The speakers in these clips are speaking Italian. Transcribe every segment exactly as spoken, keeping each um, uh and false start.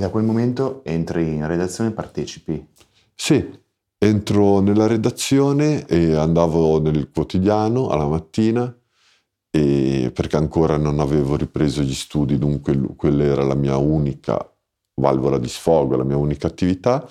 da quel momento entri in redazione e partecipi? Sì, entro nella redazione e andavo nel quotidiano alla mattina, e perché ancora non avevo ripreso gli studi, dunque quella era la mia unica valvola di sfogo, la mia unica attività,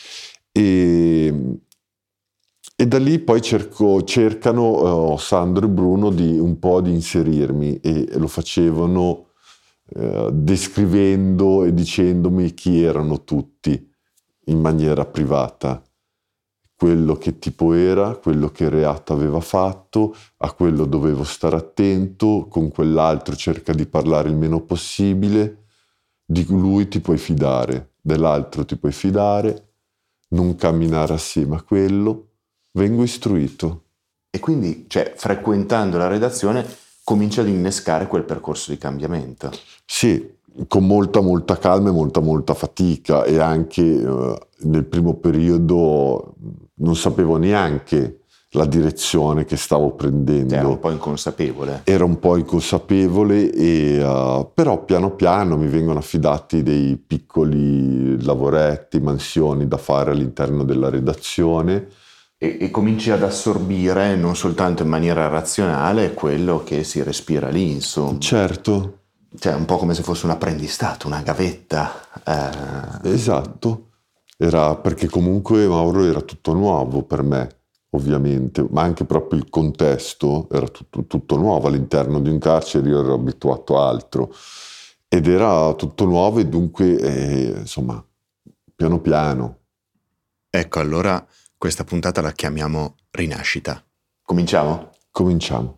e, e da lì poi cerco, cercano uh, Sandro e Bruno di un po' di inserirmi, e lo facevano uh, descrivendo e dicendomi chi erano tutti in maniera privata, quello che tipo era, quello che reato aveva fatto, a quello dovevo stare attento, con quell'altro cerca di parlare il meno possibile, di lui ti puoi fidare, dell'altro ti puoi fidare, non camminare assieme a quello. Vengo istruito. E quindi, cioè, frequentando la redazione comincia ad innescare quel percorso di cambiamento. Sì, con molta molta calma e molta molta fatica, e anche uh, nel primo periodo non sapevo neanche la direzione che stavo prendendo. Era un po' inconsapevole. Era un po' inconsapevole, e, uh, però piano piano mi vengono affidati dei piccoli lavoretti, mansioni da fare all'interno della redazione. E, e cominci ad assorbire, non soltanto in maniera razionale, quello che si respira lì, insomma. Certo. Cioè, un po' come se fosse un apprendistato, una gavetta. Eh... Esatto. Era perché comunque Mauro era tutto nuovo per me, ovviamente, ma anche proprio il contesto era tutto, tutto nuovo. All'interno di un carcere io ero abituato a altro, ed era tutto nuovo, e dunque, eh, insomma, piano piano. Ecco, allora questa puntata la chiamiamo Rinascita. Cominciamo? Cominciamo.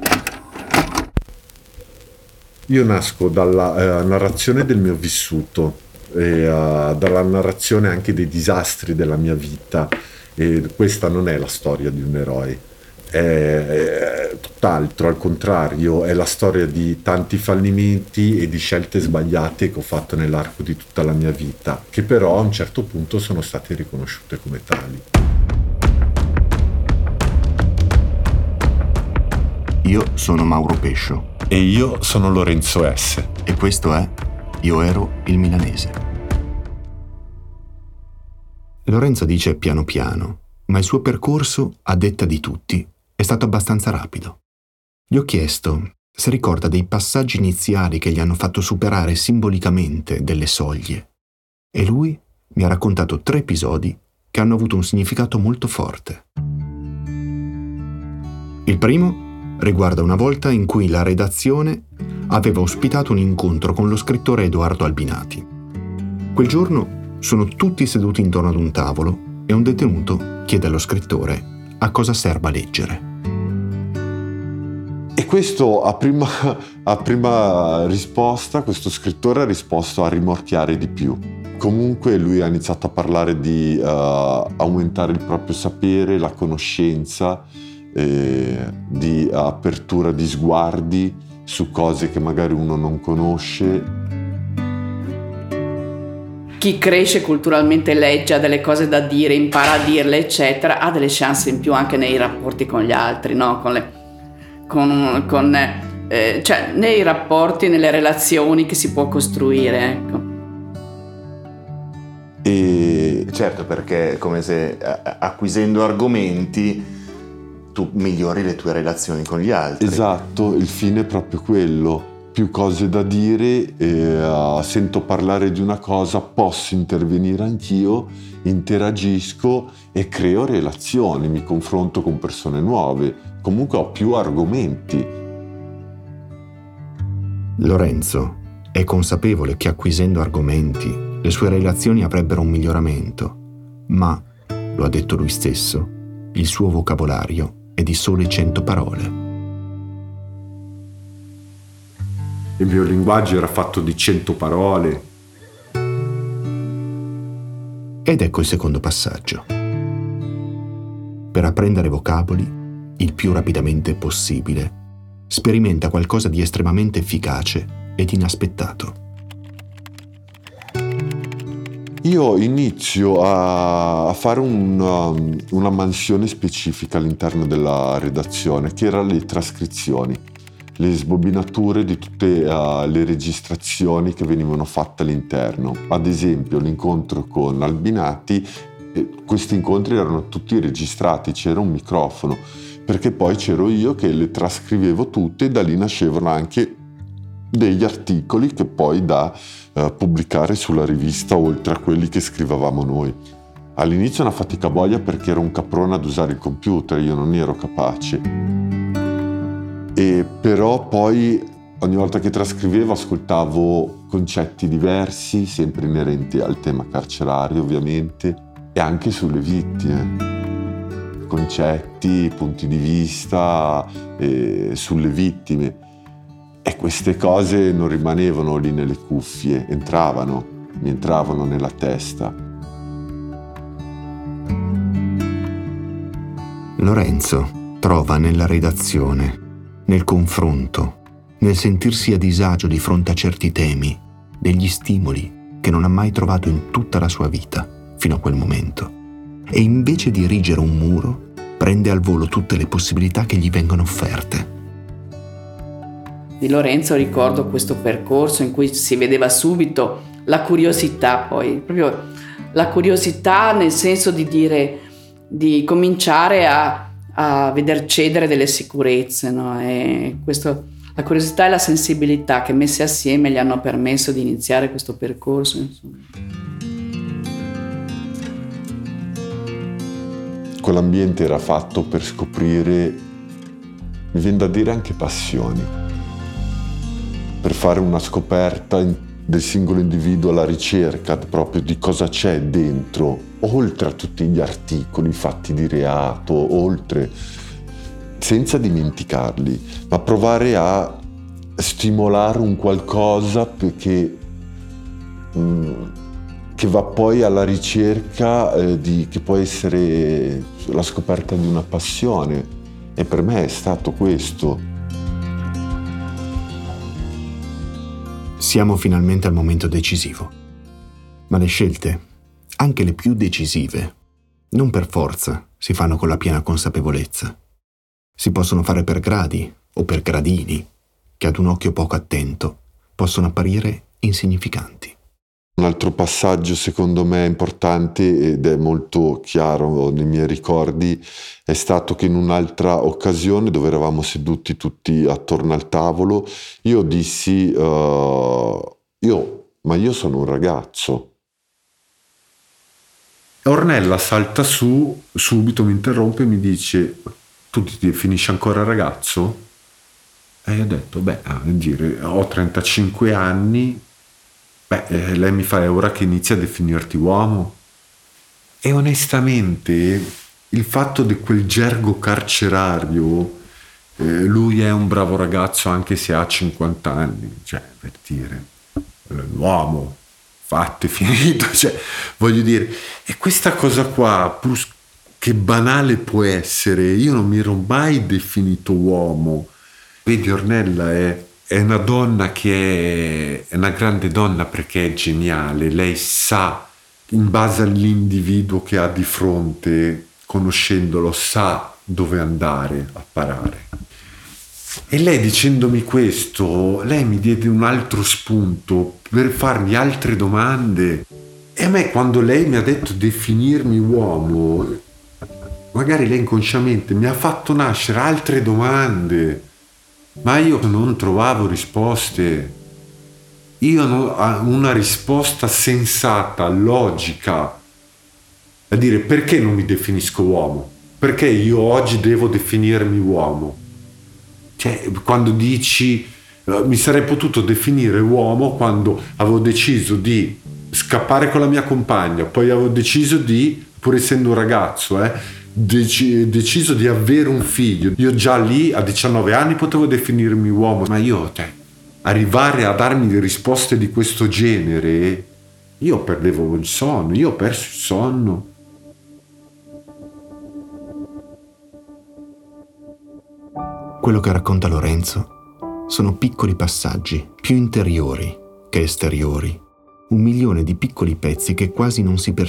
Io nasco dalla eh, narrazione del mio vissuto, e uh, dalla narrazione anche dei disastri della mia vita, e questa non è la storia di un eroe, è, è tutt'altro, al contrario, è la storia di tanti fallimenti e di scelte sbagliate che ho fatto nell'arco di tutta la mia vita, che però a un certo punto sono state riconosciute come tali. Io sono Mauro Pescio. E io sono Lorenzo S. E questo è Io ero il milanese. Lorenzo dice piano piano, ma il suo percorso, a detta di tutti, è stato abbastanza rapido. Gli ho chiesto se ricorda dei passaggi iniziali che gli hanno fatto superare simbolicamente delle soglie, e lui mi ha raccontato tre episodi che hanno avuto un significato molto forte. Il primo riguarda una volta in cui la redazione aveva ospitato un incontro con lo scrittore Edoardo Albinati. Quel giorno sono tutti seduti intorno ad un tavolo e un detenuto chiede allo scrittore a cosa serva leggere. E questo, a prima, a prima risposta, questo scrittore ha risposto a rimorchiare di più. Comunque lui ha iniziato a parlare di uh, aumentare il proprio sapere, la conoscenza, eh, di apertura di sguardi su cose che magari uno non conosce. Chi cresce culturalmente legge, ha delle cose da dire, impara a dirle, eccetera, ha delle chance in più anche nei rapporti con gli altri, no? Con le, con, con, eh, cioè nei rapporti, nelle relazioni che si può costruire, ecco. E certo, perché è come se acquisendo argomenti tu migliori le tue relazioni con gli altri. Esatto, il fine è proprio quello. Più cose da dire, e, uh, sento parlare di una cosa, posso intervenire anch'io, interagisco e creo relazioni, mi confronto con persone nuove, comunque ho più argomenti. Lorenzo è consapevole che acquisendo argomenti le sue relazioni avrebbero un miglioramento, ma, lo ha detto lui stesso, il suo vocabolario è di sole cento parole. Il mio linguaggio era fatto di cento parole. Ed ecco il secondo passaggio. Per apprendere vocaboli, il più rapidamente possibile, sperimenta qualcosa di estremamente efficace ed inaspettato. Io inizio a fare una, una mansione specifica all'interno della redazione, che era le trascrizioni. le sbobinature di tutte uh, le registrazioni che venivano fatte all'interno. Ad esempio l'incontro con Albinati, eh, questi incontri erano tutti registrati, c'era un microfono, perché poi c'ero io che le trascrivevo tutte e da lì nascevano anche degli articoli che poi da uh, pubblicare sulla rivista, oltre a quelli che scrivevamo noi. All'inizio una fatica boia perché ero un caprone ad usare il computer, io non ero capace. E però poi ogni volta che trascrivevo ascoltavo concetti diversi, sempre inerenti al tema carcerario ovviamente, e anche sulle vittime. Concetti, punti di vista eh, sulle vittime. E queste cose non rimanevano lì nelle cuffie, entravano, mi entravano nella testa. Lorenzo trova nella redazione, nel confronto, nel sentirsi a disagio di fronte a certi temi, degli stimoli che non ha mai trovato in tutta la sua vita, fino a quel momento. E invece di erigere un muro, prende al volo tutte le possibilità che gli vengono offerte. Di Lorenzo ricordo questo percorso in cui si vedeva subito la curiosità, poi proprio la curiosità nel senso di dire, di cominciare a, a veder cedere delle sicurezze, no? E questo, la curiosità e la sensibilità che messe assieme gli hanno permesso di iniziare questo percorso, insomma. Quell'ambiente era fatto per scoprire, mi viene da dire anche passioni, per fare una scoperta del singolo individuo alla ricerca proprio di cosa c'è dentro, oltre a tutti gli articoli fatti di reato, oltre, senza dimenticarli, ma provare a stimolare un qualcosa perché, mh, che va poi alla ricerca eh, di, che può essere la scoperta di una passione. E per me è stato questo. Siamo finalmente al momento decisivo. Ma le scelte, anche le più decisive, non per forza si fanno con la piena consapevolezza. Si possono fare per gradi o per gradini, che ad un occhio poco attento possono apparire insignificanti. Un altro passaggio secondo me importante ed è molto chiaro nei miei ricordi è stato che in un'altra occasione dove eravamo seduti tutti attorno al tavolo io dissi uh, io, ma io sono un ragazzo. Ornella salta su, subito mi interrompe e mi dice: tu ti definisci ancora ragazzo? E io ho detto, beh, a dire, ho trentacinque anni. Beh, eh, lei mi fa: è ora che inizi a definirti uomo. E onestamente il fatto di quel gergo carcerario, eh, lui è un bravo ragazzo anche se ha cinquanta anni, cioè, per dire, l'uomo fatto e finito, cioè, voglio dire, e questa cosa qua, pur che banale può essere, io non mi ero mai definito uomo. Vedi, Ornella è È una donna che è, è una grande donna perché è geniale, lei sa, in base all'individuo che ha di fronte, conoscendolo, sa dove andare a parare. E lei dicendomi questo, lei mi diede un altro spunto per farmi altre domande. E a me quando lei mi ha detto definirmi uomo, magari lei inconsciamente mi ha fatto nascere altre domande. Ma io non trovavo risposte. Io non, una risposta sensata, logica, a dire perché non mi definisco uomo? Perché io oggi devo definirmi uomo? Cioè, quando dici uh, mi sarei potuto definire uomo quando avevo deciso di scappare con la mia compagna, poi avevo deciso di, pur essendo un ragazzo, eh, Dec- deciso di avere un figlio. Io già lì a diciannove anni potevo definirmi uomo, ma io, cioè, arrivare a darmi risposte di questo genere, io perdevo il sonno, io ho perso il sonno. Quello che racconta Lorenzo sono piccoli passaggi, più interiori che esteriori, un milione di piccoli pezzi che quasi non si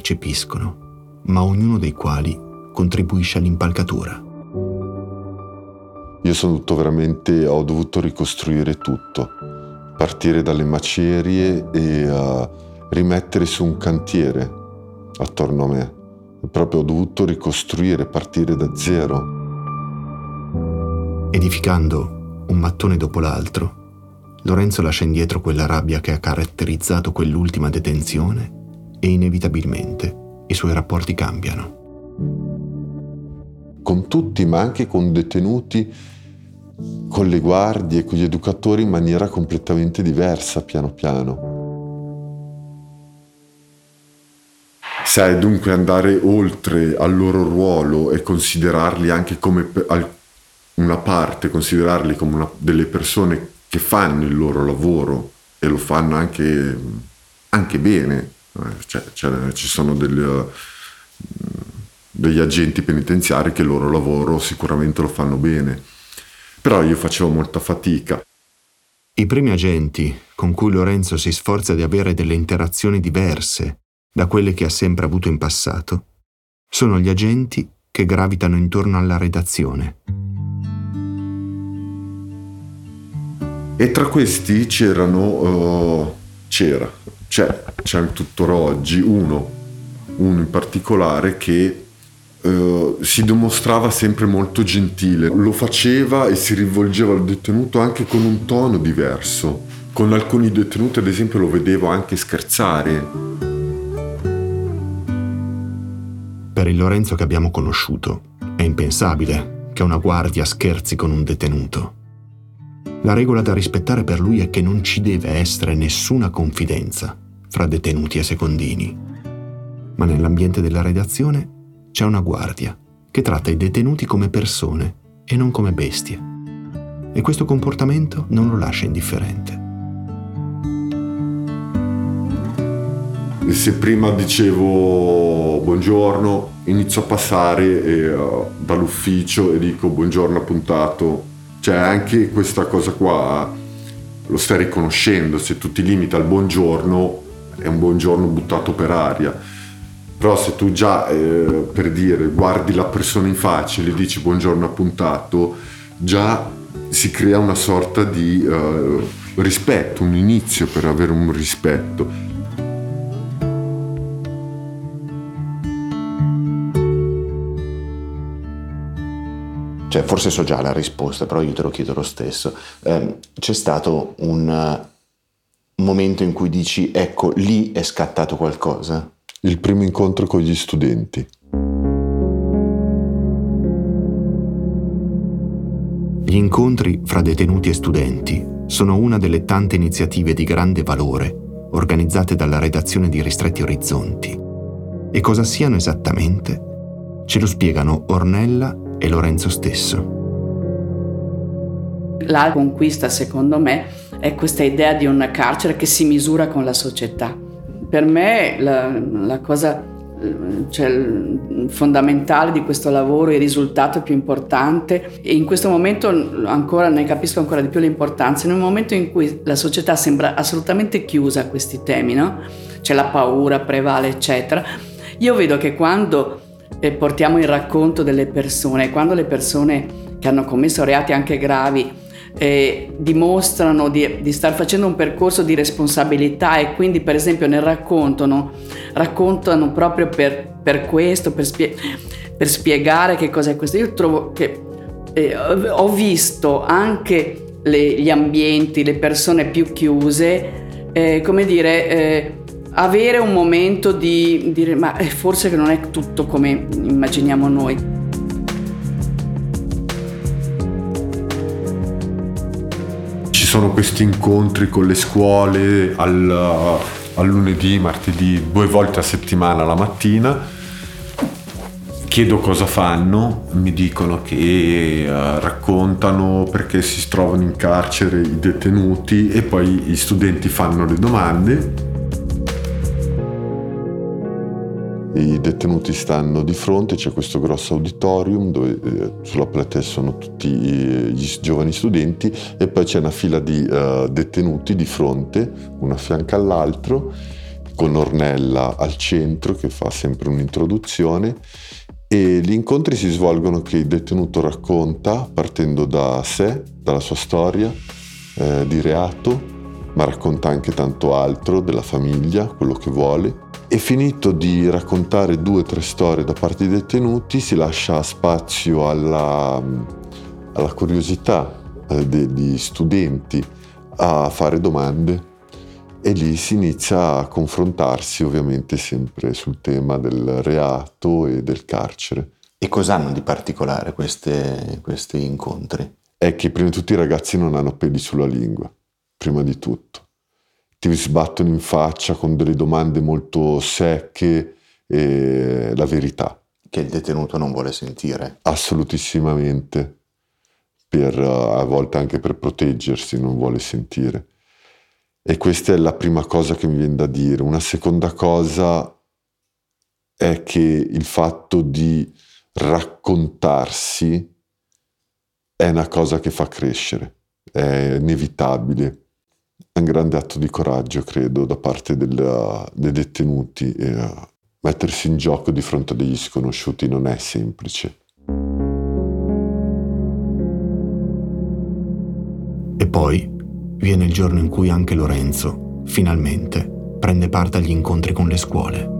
percepiscono, ma ognuno dei quali contribuisce all'impalcatura. Io sono dovuto veramente, ho dovuto ricostruire tutto, partire dalle macerie e uh, rimettere su un cantiere attorno a me. E proprio ho dovuto ricostruire, partire da zero. Edificando un mattone dopo l'altro, Lorenzo lascia indietro quella rabbia che ha caratterizzato quell'ultima detenzione e inevitabilmente i suoi rapporti cambiano. Con tutti, ma anche con detenuti, con le guardie, con gli educatori in maniera completamente diversa, piano piano. Sai, dunque andare oltre al loro ruolo e considerarli anche come una parte, considerarli come una, delle persone che fanno il loro lavoro e lo fanno anche, anche bene. Cioè, cioè, ci sono degli, uh, degli agenti penitenziari che il loro lavoro sicuramente lo fanno bene, però io facevo molta fatica. I primi agenti con cui Lorenzo si sforza di avere delle interazioni diverse da quelle che ha sempre avuto in passato sono gli agenti che gravitano intorno alla redazione. E tra questi c'erano, uh, c'era, c'è, c'è tuttora oggi uno, uno in particolare che uh, si dimostrava sempre molto gentile, lo faceva e si rivolgeva al detenuto anche con un tono diverso. Con alcuni detenuti, ad esempio, lo vedevo anche scherzare. Per il Lorenzo che abbiamo conosciuto è impensabile che una guardia scherzi con un detenuto. La regola da rispettare per lui è che non ci deve essere nessuna confidenza fra detenuti e secondini. Ma nell'ambiente della redazione c'è una guardia che tratta i detenuti come persone e non come bestie. E questo comportamento non lo lascia indifferente. E se prima dicevo buongiorno, inizio a passare e, uh, dall'ufficio e dico buongiorno appuntato. Cioè anche questa cosa qua lo stai riconoscendo, se tu ti limiti al buongiorno è un buongiorno buttato per aria, però se tu già eh, per dire guardi la persona in faccia e le dici buongiorno appuntato, già si crea una sorta di eh, rispetto, un inizio per avere un rispetto. Cioè, forse so già la risposta, però io te lo chiedo lo stesso. Eh, c'è stato un, un momento in cui dici, ecco, lì è scattato qualcosa? Il primo incontro con gli studenti. Gli incontri fra detenuti e studenti sono una delle tante iniziative di grande valore organizzate dalla redazione di Ristretti Orizzonti. E cosa siano esattamente? Ce lo spiegano Ornella e Lorenzo stesso. La conquista, secondo me, è questa idea di un carcere che si misura con la società. Per me la, la cosa cioè, fondamentale di questo lavoro, il risultato più importante, e in questo momento ancora ne capisco ancora di più l'importanza, in un momento in cui la società sembra assolutamente chiusa a questi temi, no? C'è la paura, prevale, eccetera. Io vedo che quando e portiamo il racconto delle persone, quando le persone che hanno commesso reati anche gravi eh, dimostrano di, di star facendo un percorso di responsabilità e quindi per esempio nel racconto no, raccontano proprio per, per questo, per, spie- per spiegare che cosa è questo. Io trovo che eh, ho visto anche le, gli ambienti, le persone più chiuse, eh, come dire... Eh, avere un momento di dire ma forse che non è tutto come immaginiamo noi. Ci sono questi incontri con le scuole al, al lunedì, martedì, due volte a settimana la mattina. Chiedo cosa fanno, mi dicono che uh, raccontano perché si trovano in carcere i detenuti e poi gli studenti fanno le domande. I detenuti stanno di fronte, c'è questo grosso auditorium dove eh, sulla platea sono tutti gli giovani studenti e poi c'è una fila di uh, detenuti di fronte, uno a fianco all'altro, con Ornella al centro che fa sempre un'introduzione E gli incontri si svolgono che il detenuto racconta, partendo da sé, dalla sua storia eh, di reato, ma racconta anche tanto altro, della famiglia, quello che vuole. E finito di raccontare due o tre storie da parte dei detenuti, si lascia spazio alla, alla curiosità eh, degli studenti a fare domande. E lì si inizia a confrontarsi, ovviamente sempre sul tema del reato e del carcere. E cosa hanno di particolare queste, questi incontri? È che prima di tutto i ragazzi non hanno peli sulla lingua, prima di tutto. Ti sbattono in faccia con delle domande molto secche e la verità. Che il detenuto non vuole sentire. Assolutissimamente. Per, a volte anche per proteggersi non vuole sentire. E questa è la prima cosa che mi viene da dire. Una seconda cosa è che il fatto di raccontarsi è una cosa che fa crescere, è inevitabile. È un grande atto di coraggio, credo, da parte del, dei detenuti. E mettersi in gioco di fronte a degli sconosciuti non è semplice. E poi viene il giorno in cui anche Lorenzo, finalmente, prende parte agli incontri con le scuole.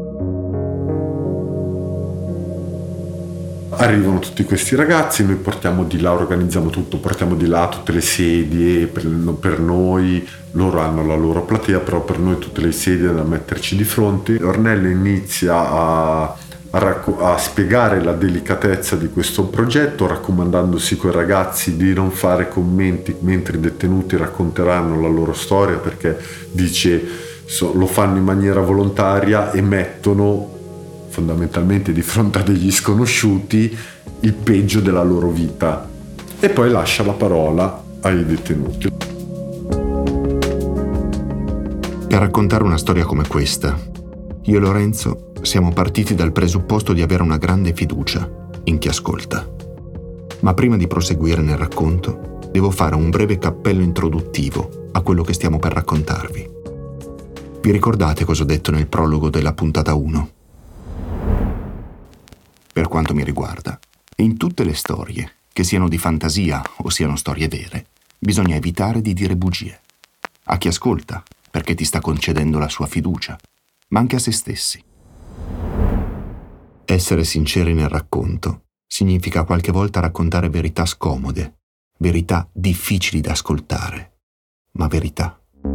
Arrivano tutti questi ragazzi, noi portiamo di là, organizziamo tutto, portiamo di là tutte le sedie per, per noi, loro hanno la loro platea, però per noi tutte le sedie da metterci di fronte. Ornella inizia a, a, racco- a spiegare la delicatezza di questo progetto, raccomandandosi coi ragazzi di non fare commenti mentre i detenuti racconteranno la loro storia, perché dice so, lo fanno in maniera volontaria e mettono fondamentalmente di fronte a degli sconosciuti il peggio della loro vita, e poi lascia la parola ai detenuti. Per raccontare una storia come questa, io e Lorenzo siamo partiti dal presupposto di avere una grande fiducia in chi ascolta. Ma prima di proseguire nel racconto, devo fare un breve cappello introduttivo a quello che stiamo per raccontarvi. Vi ricordate cosa ho detto nel prologo della puntata uno? Per quanto mi riguarda, in tutte le storie, che siano di fantasia o siano storie vere, bisogna evitare di dire bugie. A chi ascolta, perché ti sta concedendo la sua fiducia, ma anche a se stessi. Essere sinceri nel racconto significa qualche volta raccontare verità scomode, verità difficili da ascoltare, ma verità.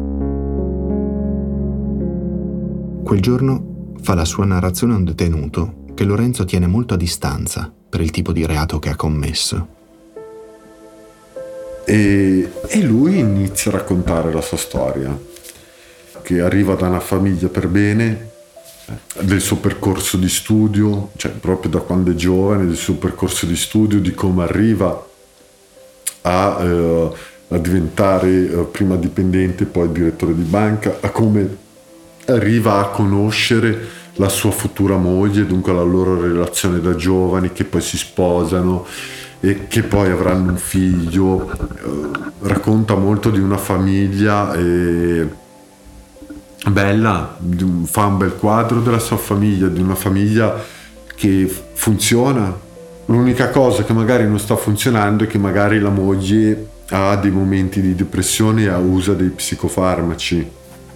Quel giorno fa la sua narrazione a un detenuto che Lorenzo tiene molto a distanza per il tipo di reato che ha commesso. E, e lui inizia a raccontare la sua storia, che arriva da una famiglia per bene, del suo percorso di studio, cioè proprio da quando è giovane, del suo percorso di studio, di come arriva a, eh, a diventare eh, prima dipendente, poi direttore di banca, a come arriva a conoscere la sua futura moglie, dunque la loro relazione da giovani, che poi si sposano e che poi avranno un figlio. Eh, racconta molto di una famiglia eh, bella, fa un bel quadro della sua famiglia, di una famiglia che funziona. L'unica cosa che magari non sta funzionando è che magari la moglie ha dei momenti di depressione e usa dei psicofarmaci.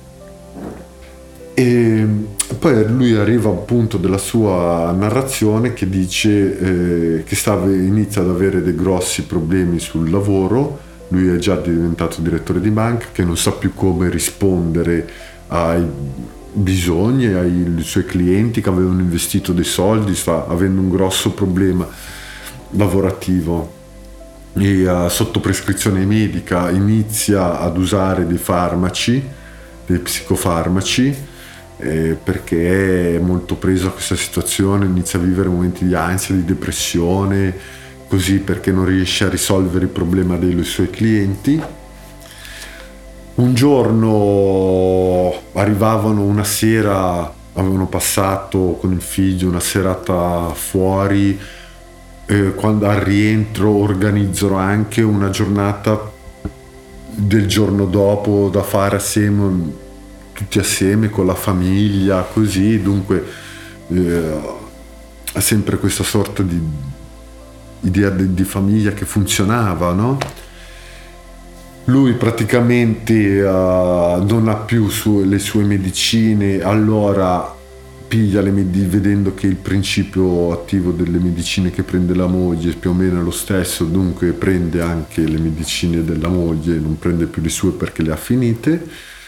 E poi lui arriva a un punto della sua narrazione che dice eh, che stava, inizia ad avere dei grossi problemi sul lavoro. Lui è già diventato direttore di banca, che non sa più come rispondere ai bisogni, ai suoi clienti che avevano investito dei soldi, sta avendo un grosso problema lavorativo e uh, sotto prescrizione medica inizia ad usare dei farmaci, dei psicofarmaci, eh, perché è molto preso a questa situazione, inizia a vivere momenti di ansia, di depressione, così, perché non riesce a risolvere il problema dei suoi clienti. Un giorno arrivavano una sera, avevano passato con il figlio una serata fuori, eh, quando al rientro organizzano anche una giornata del giorno dopo da fare assieme, tutti assieme con la famiglia, così. Dunque eh, ha sempre questa sorta di idea di, di famiglia che funzionava, no? Lui praticamente uh, non ha più su, le sue medicine, allora piglia le med- vedendo che il principio attivo delle medicine che prende la moglie più o meno è lo stesso, dunque prende anche le medicine della moglie, non prende più le sue perché le ha finite.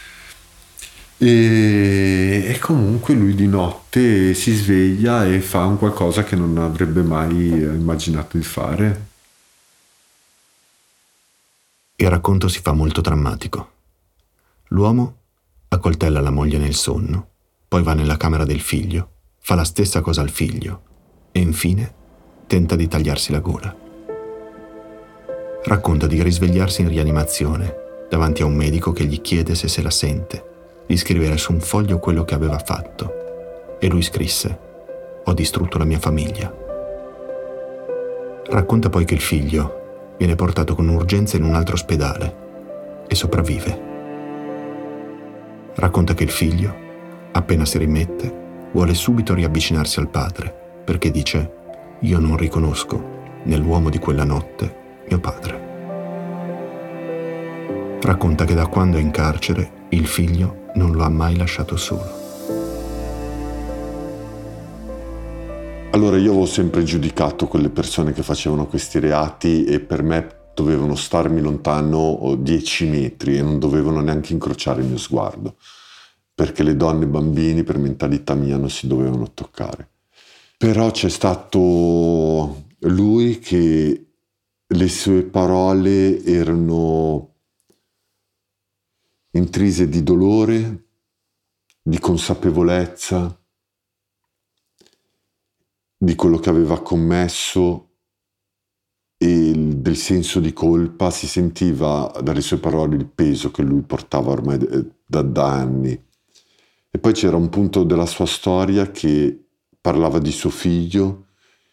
E, e comunque lui di notte si sveglia e fa un qualcosa che non avrebbe mai immaginato di fare. Il racconto si fa molto drammatico. L'uomo accoltella la moglie nel sonno, poi va nella camera del figlio, fa la stessa cosa al figlio e infine tenta di tagliarsi la gola. Racconta di risvegliarsi in rianimazione davanti a un medico che gli chiede se se la sente, di scrivere su un foglio quello che aveva fatto e lui scrisse: «Ho distrutto la mia famiglia». Racconta poi che il figlio viene portato con urgenza in un altro ospedale e sopravvive. Racconta che il figlio, appena si rimette, vuole subito riavvicinarsi al padre perché dice: «Io non riconosco nell'uomo di quella notte mio padre». Racconta che da quando è in carcere il figlio non lo ha mai lasciato solo. Allora, io avevo sempre giudicato quelle persone che facevano questi reati e per me dovevano starmi lontano dieci metri e non dovevano neanche incrociare il mio sguardo, perché le donne e i bambini per mentalità mia non si dovevano toccare. Però c'è stato lui che le sue parole erano intrise di dolore, di consapevolezza, di quello che aveva commesso e del senso di colpa. Si sentiva dalle sue parole il peso che lui portava ormai da, da anni. E poi c'era un punto della sua storia che parlava di suo figlio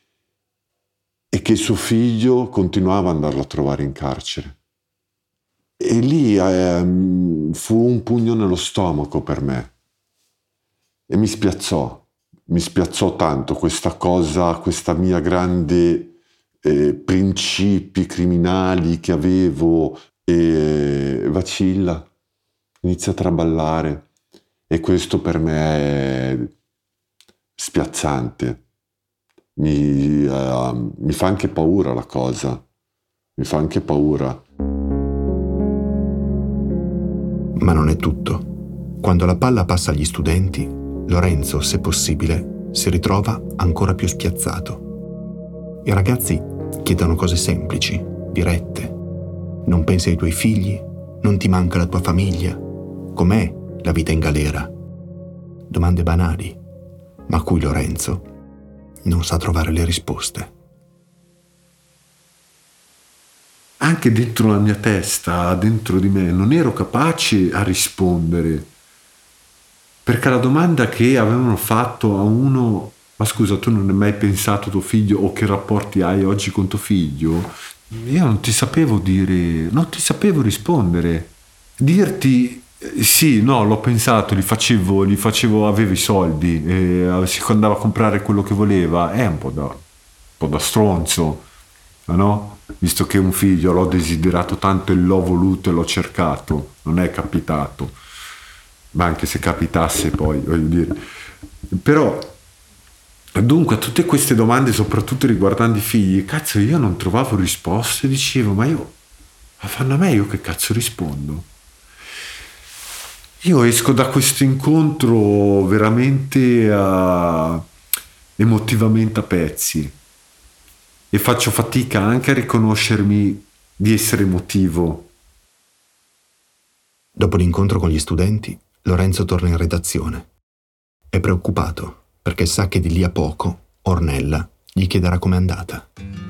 e che suo figlio continuava ad andarlo a trovare in carcere. E lì eh, fu un pugno nello stomaco per me e mi spiazzò. Mi spiazzò tanto questa cosa, questa mia grande eh, principi criminali che avevo e vacilla, inizia a traballare e questo per me è spiazzante. Mi, uh, mi fa anche paura la cosa, mi fa anche paura. Ma non è tutto. Quando la palla passa agli studenti, Lorenzo, se possibile, si ritrova ancora più spiazzato. I ragazzi chiedono cose semplici, dirette. Non pensi ai tuoi figli? Non ti manca la tua famiglia? Com'è la vita in galera? Domande banali, ma a cui Lorenzo non sa trovare le risposte. Anche dentro la mia testa, dentro di me, non ero capace a rispondere. Perché la domanda che avevano fatto a uno: ma scusa, tu non hai mai pensato a tuo figlio o che rapporti hai oggi con tuo figlio? Io non ti sapevo dire, non ti sapevo rispondere. Dirti sì, no, l'ho pensato, li facevo, li facevo, avevo i soldi, e si andava a comprare quello che voleva, è un po' da, un po' da stronzo, no? Visto che un figlio l'ho desiderato tanto e l'ho voluto e l'ho cercato, non è capitato. Ma anche se capitasse poi, voglio dire. Però, dunque, a tutte queste domande, soprattutto riguardanti i figli, cazzo, io non trovavo risposte, dicevo, ma io, ma fanno a me, io che cazzo rispondo? Io esco da questo incontro veramente uh, emotivamente a pezzi e faccio fatica anche a riconoscermi di essere emotivo. Dopo l'incontro con gli studenti, Lorenzo torna in redazione. È preoccupato perché sa che di lì a poco Ornella gli chiederà com'è andata.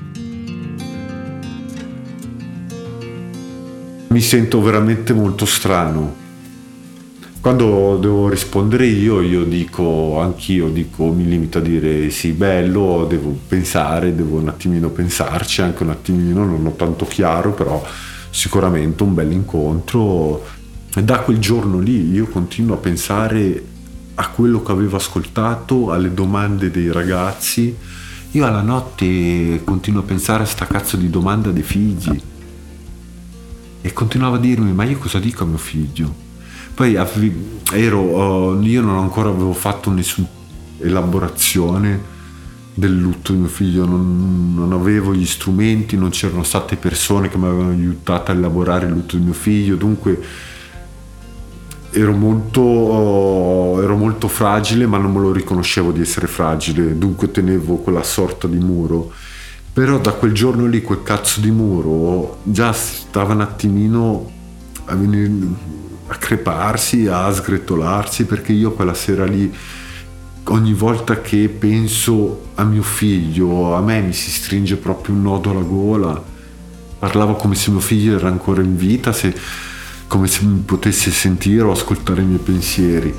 Mi sento veramente molto strano. Quando devo rispondere io, io dico, anch'io dico, mi limito a dire sì, bello, devo pensare, devo un attimino pensarci, anche un attimino, non ho tanto chiaro, però sicuramente un bel incontro. E da quel giorno lì io continuo a pensare a quello che avevo ascoltato, alle domande dei ragazzi. Io alla notte continuo a pensare a sta cazzo di domanda dei figli e continuavo a dirmi: ma io cosa dico a mio figlio? Poi ero, io non ancora avevo fatto nessuna elaborazione del lutto di mio figlio, non, non avevo gli strumenti, non c'erano state persone che mi avevano aiutato a elaborare il lutto di mio figlio, dunque ero molto, ero molto fragile, ma non me lo riconoscevo di essere fragile, dunque tenevo quella sorta di muro. Però da quel giorno lì, quel cazzo di muro già stava un attimino a, venire, a creparsi, a sgretolarsi, perché io quella sera lì, ogni volta che penso a mio figlio, a me mi si stringe proprio un nodo alla gola. Parlavo come se mio figlio era ancora in vita, se, come se mi potesse sentire o ascoltare i miei pensieri.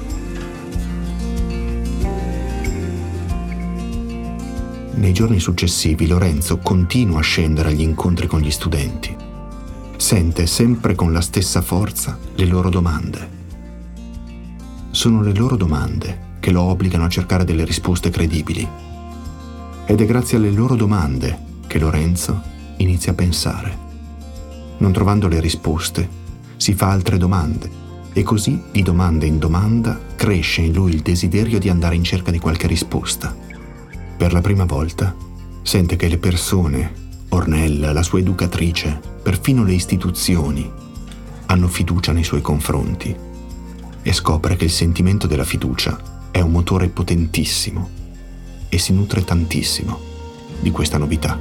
Nei giorni successivi Lorenzo continua a scendere agli incontri con gli studenti. Sente sempre con la stessa forza le loro domande. Sono le loro domande che lo obbligano a cercare delle risposte credibili. Ed è grazie alle loro domande che Lorenzo inizia a pensare. Non trovando le risposte, si fa altre domande e così, di domanda in domanda, cresce in lui il desiderio di andare in cerca di qualche risposta. Per la prima volta sente che le persone, Ornella, la sua educatrice, perfino le istituzioni, hanno fiducia nei suoi confronti e scopre che il sentimento della fiducia è un motore potentissimo e si nutre tantissimo di questa novità.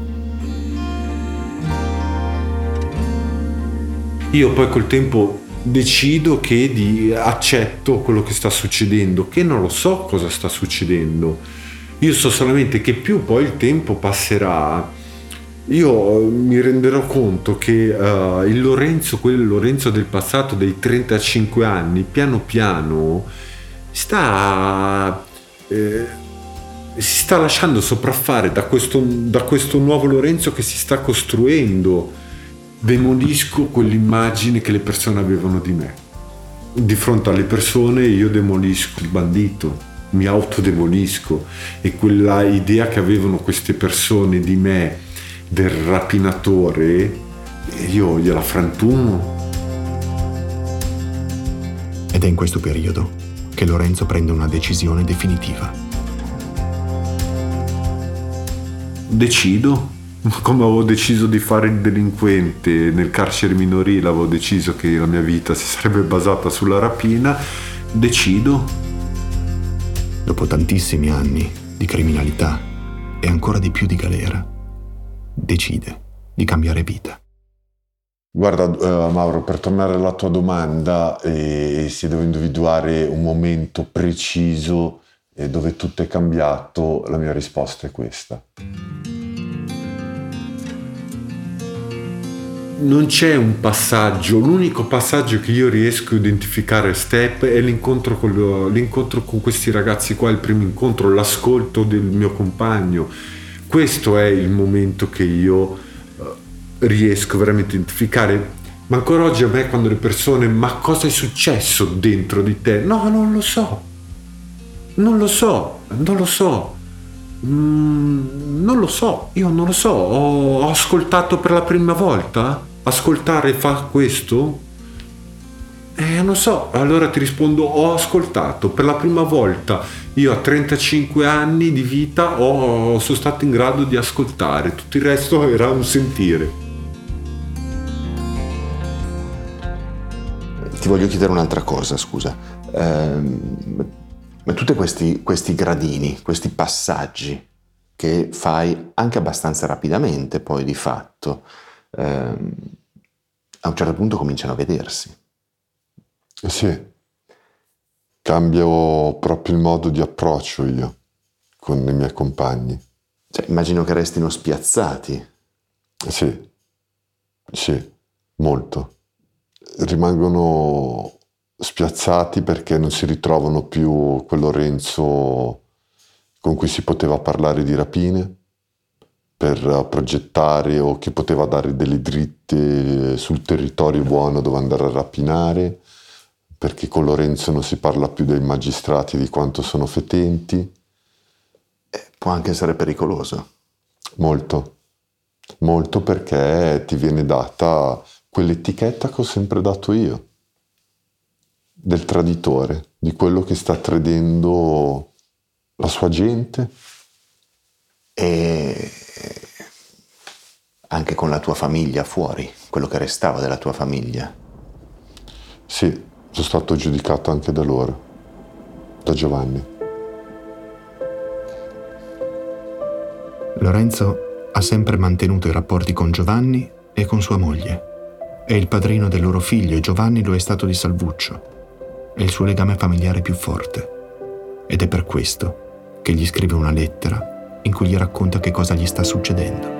Io poi col tempo decido che di accetto quello che sta succedendo, che non lo so cosa sta succedendo. Io so solamente che più poi il tempo passerà, io mi renderò conto che uh, il Lorenzo, quel Lorenzo del passato dei trentacinque anni, piano piano sta eh, si sta lasciando sopraffare da questo, da questo nuovo Lorenzo che si sta costruendo. Demolisco quell'immagine che le persone avevano di me. Di fronte alle persone io demolisco il bandito, mi autodemolisco, e quella idea che avevano queste persone di me, del rapinatore, io gliela frantumo. Ed è in questo periodo che Lorenzo prende una decisione definitiva. Decido, come avevo deciso di fare il delinquente nel carcere minorile, avevo deciso che la mia vita si sarebbe basata sulla rapina, decido. Dopo tantissimi anni di criminalità e ancora di più di galera, decide di cambiare vita. Guarda, uh, Mauro, per tornare alla tua domanda, eh, se devo individuare un momento preciso eh, dove tutto è cambiato, la mia risposta è questa. Non c'è un passaggio, l'unico passaggio che io riesco a identificare step è l'incontro con, lo, l'incontro con questi ragazzi qua, il primo incontro, l'ascolto del mio compagno. Questo è il momento che io riesco veramente a identificare. Ma ancora oggi a me, quando le persone: ma cosa è successo dentro di te? No, non lo so, non lo so, non lo so, mm, non lo so, io non lo so. Ho, ho ascoltato per la prima volta. Ascoltare fa questo? Eh, non so. Allora ti rispondo: ho ascoltato per la prima volta. Io a trentacinque anni di vita ho, sono stato in grado di ascoltare, tutto il resto era un sentire. Ti voglio chiedere un'altra cosa, scusa. Ehm, ma tutti questi, questi gradini, questi passaggi che fai anche abbastanza rapidamente, poi di fatto, ehm, a un certo punto cominciano a vedersi. Sì, cambio proprio il modo di approccio io con i miei compagni. Cioè, immagino che restino spiazzati. Sì, sì, molto. Rimangono spiazzati perché non si ritrovano più quel Lorenzo con cui si poteva parlare di rapine per progettare, o che poteva dare delle dritte sul territorio buono dove andare a rapinare, perché con Lorenzo non si parla più dei magistrati di quanto sono fetenti. Eh, può anche essere pericoloso. Molto, molto, perché ti viene data quell'etichetta che ho sempre dato io, del traditore, di quello che sta tradendo la sua gente. E anche con la tua famiglia fuori, quello che restava della tua famiglia. Sì, sono stato giudicato anche da loro, da Giovanni. Lorenzo ha sempre mantenuto i rapporti con Giovanni e con sua moglie. È il padrino del loro figlio e Giovanni lo è stato di Salvuccio. È il suo legame familiare più forte. Ed è per questo che gli scrive una lettera in cui gli racconta che cosa gli sta succedendo.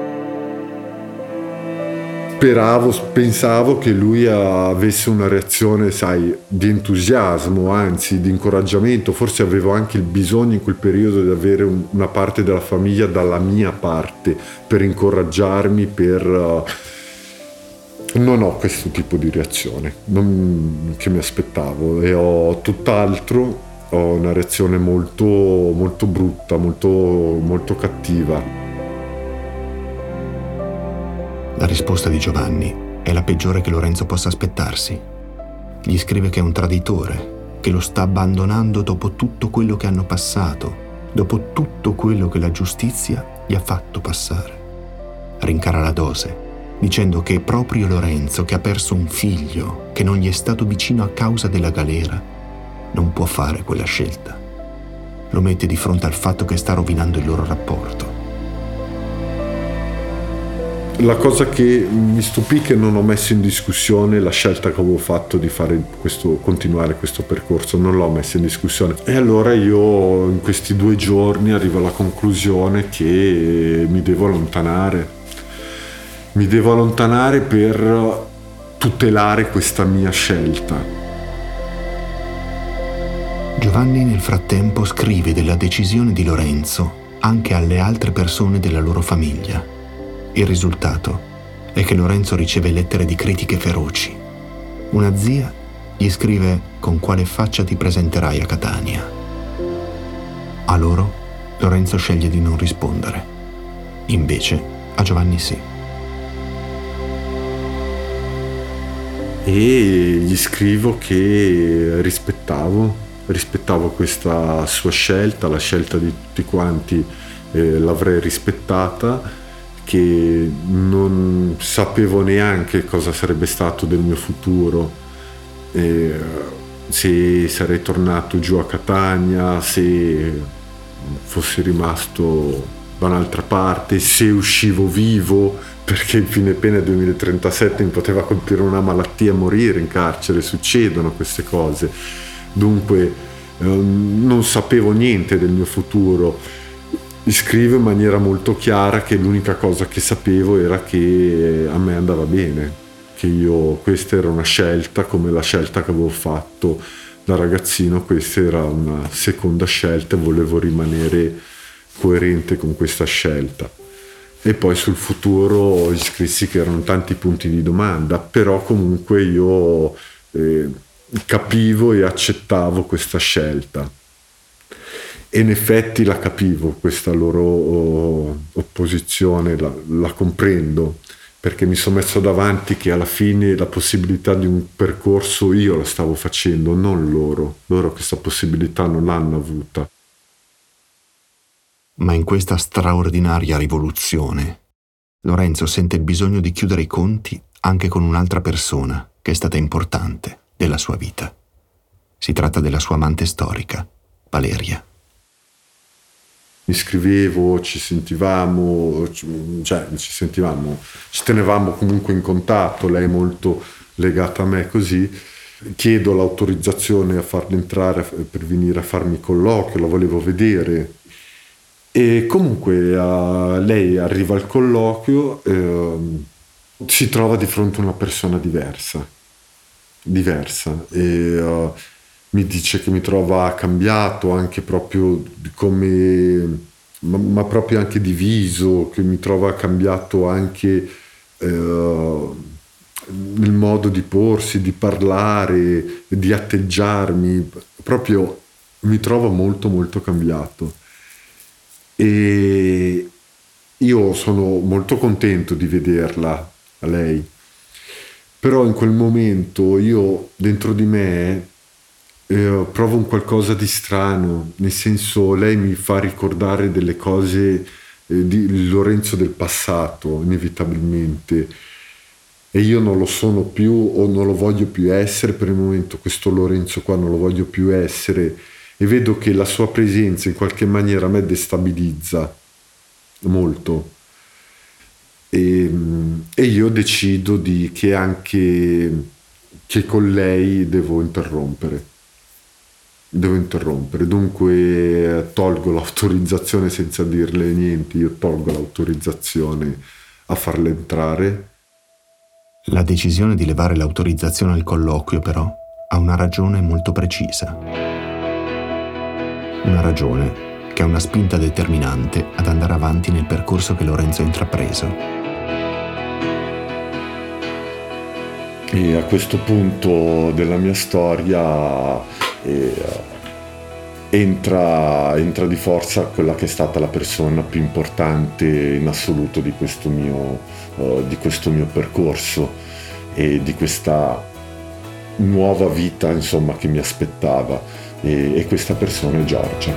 Speravo, pensavo che lui avesse una reazione, sai, di entusiasmo, anzi di incoraggiamento. Forse avevo anche il bisogno in quel periodo di avere un, una parte della famiglia dalla mia parte per incoraggiarmi, per... Uh... Non ho questo tipo di reazione non, che mi aspettavo, e ho tutt'altro, ho una reazione molto, molto brutta, molto, molto cattiva. La risposta di Giovanni è la peggiore che Lorenzo possa aspettarsi. Gli scrive che è un traditore, che lo sta abbandonando dopo tutto quello che hanno passato, dopo tutto quello che la giustizia gli ha fatto passare. Rincara la dose, dicendo che è proprio Lorenzo, che ha perso un figlio, che non gli è stato vicino a causa della galera, non può fare quella scelta. Lo mette di fronte al fatto che sta rovinando il loro rapporto. La cosa che mi stupì è che non ho messo in discussione la scelta che avevo fatto di fare questo, continuare questo percorso, non l'ho messa in discussione. E allora io in questi due giorni arrivo alla conclusione che mi devo allontanare. Mi devo allontanare per tutelare questa mia scelta. Giovanni nel frattempo scrive della decisione di Lorenzo anche alle altre persone della loro famiglia. Il risultato è che Lorenzo riceve lettere di critiche feroci. Una zia gli scrive con quale faccia ti presenterai a Catania. A loro Lorenzo sceglie di non rispondere. Invece a Giovanni sì. E gli scrivo che rispettavo, rispettavo questa sua scelta, la scelta di tutti quanti eh, l'avrei rispettata, che non sapevo neanche cosa sarebbe stato del mio futuro, eh, se sarei tornato giù a Catania, se fossi rimasto da un'altra parte, se uscivo vivo, perché il fine pena è duemilatrentasette, mi poteva colpire una malattia e morire in carcere, succedono queste cose. Dunque eh, non sapevo niente del mio futuro. Scrivo in maniera molto chiara che l'unica cosa che sapevo era che a me andava bene, che io, questa era una scelta come la scelta che avevo fatto da ragazzino, questa era una seconda scelta e volevo rimanere coerente con questa scelta. E poi sul futuro gli scrissi che erano tanti punti di domanda, però comunque io eh, capivo e accettavo questa scelta. E in effetti la capivo, questa loro oh, opposizione, la, la comprendo, perché mi sono messo davanti che alla fine la possibilità di un percorso io la stavo facendo, non loro. Loro questa possibilità non l'hanno avuta. Ma in questa straordinaria rivoluzione, Lorenzo sente il bisogno di chiudere i conti anche con un'altra persona che è stata importante della sua vita. Si tratta della sua amante storica, Valeria. Mi scrivevo, ci sentivamo, cioè ci sentivamo, ci tenevamo comunque in contatto, lei è molto legata a me così. Chiedo l'autorizzazione a farla entrare per venire a farmi il colloquio, la volevo vedere. E comunque uh, lei arriva al colloquio, uh, si trova di fronte a una persona diversa, diversa e uh, mi dice che mi trova cambiato anche proprio come, ma, ma proprio anche di viso, che mi trova cambiato anche uh, nel modo di porsi, di parlare, di atteggiarmi, proprio mi trovo molto molto cambiato. E io sono molto contento di vederla, a lei, però in quel momento io dentro di me eh, provo un qualcosa di strano, nel senso, lei mi fa ricordare delle cose eh, di Lorenzo del passato, inevitabilmente, e io non lo sono più o non lo voglio più essere. Per il momento questo Lorenzo qua non lo voglio più essere, e vedo che la sua presenza in qualche maniera a me destabilizza molto, e, e io decido di, che anche che con lei devo interrompere devo interrompere dunque tolgo l'autorizzazione senza dirle niente. Io tolgo l'autorizzazione a farla entrare. La decisione di levare l'autorizzazione al colloquio, però, ha una ragione molto precisa. Una ragione che ha una spinta determinante ad andare avanti nel percorso che Lorenzo ha intrapreso. E a questo punto della mia storia eh, entra, entra di forza quella che è stata la persona più importante in assoluto di questo mio, uh, di questo mio percorso e di questa nuova vita, insomma, che mi aspettava, e, e questa persona è Giorgia.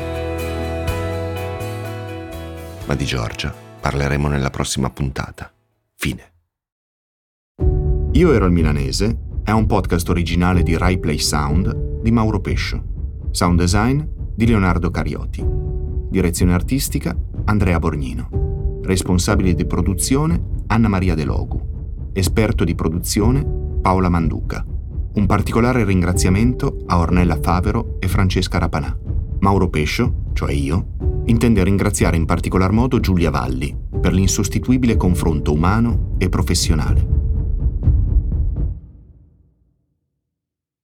Ma di Giorgia parleremo nella prossima puntata. Fine. Io ero il Milanese è un podcast originale di Rai Play Sound di Mauro Pescio. Sound design di Leonardo Carioti. Direzione artistica Andrea Borgnino. Responsabile di produzione Anna Maria De Logu. Esperto di produzione Paola Manduca. Un particolare ringraziamento a Ornella Favero e Francesca Rapanà. Mauro Pescio, cioè io, intende ringraziare in particolar modo Giulia Valli per l'insostituibile confronto umano e professionale.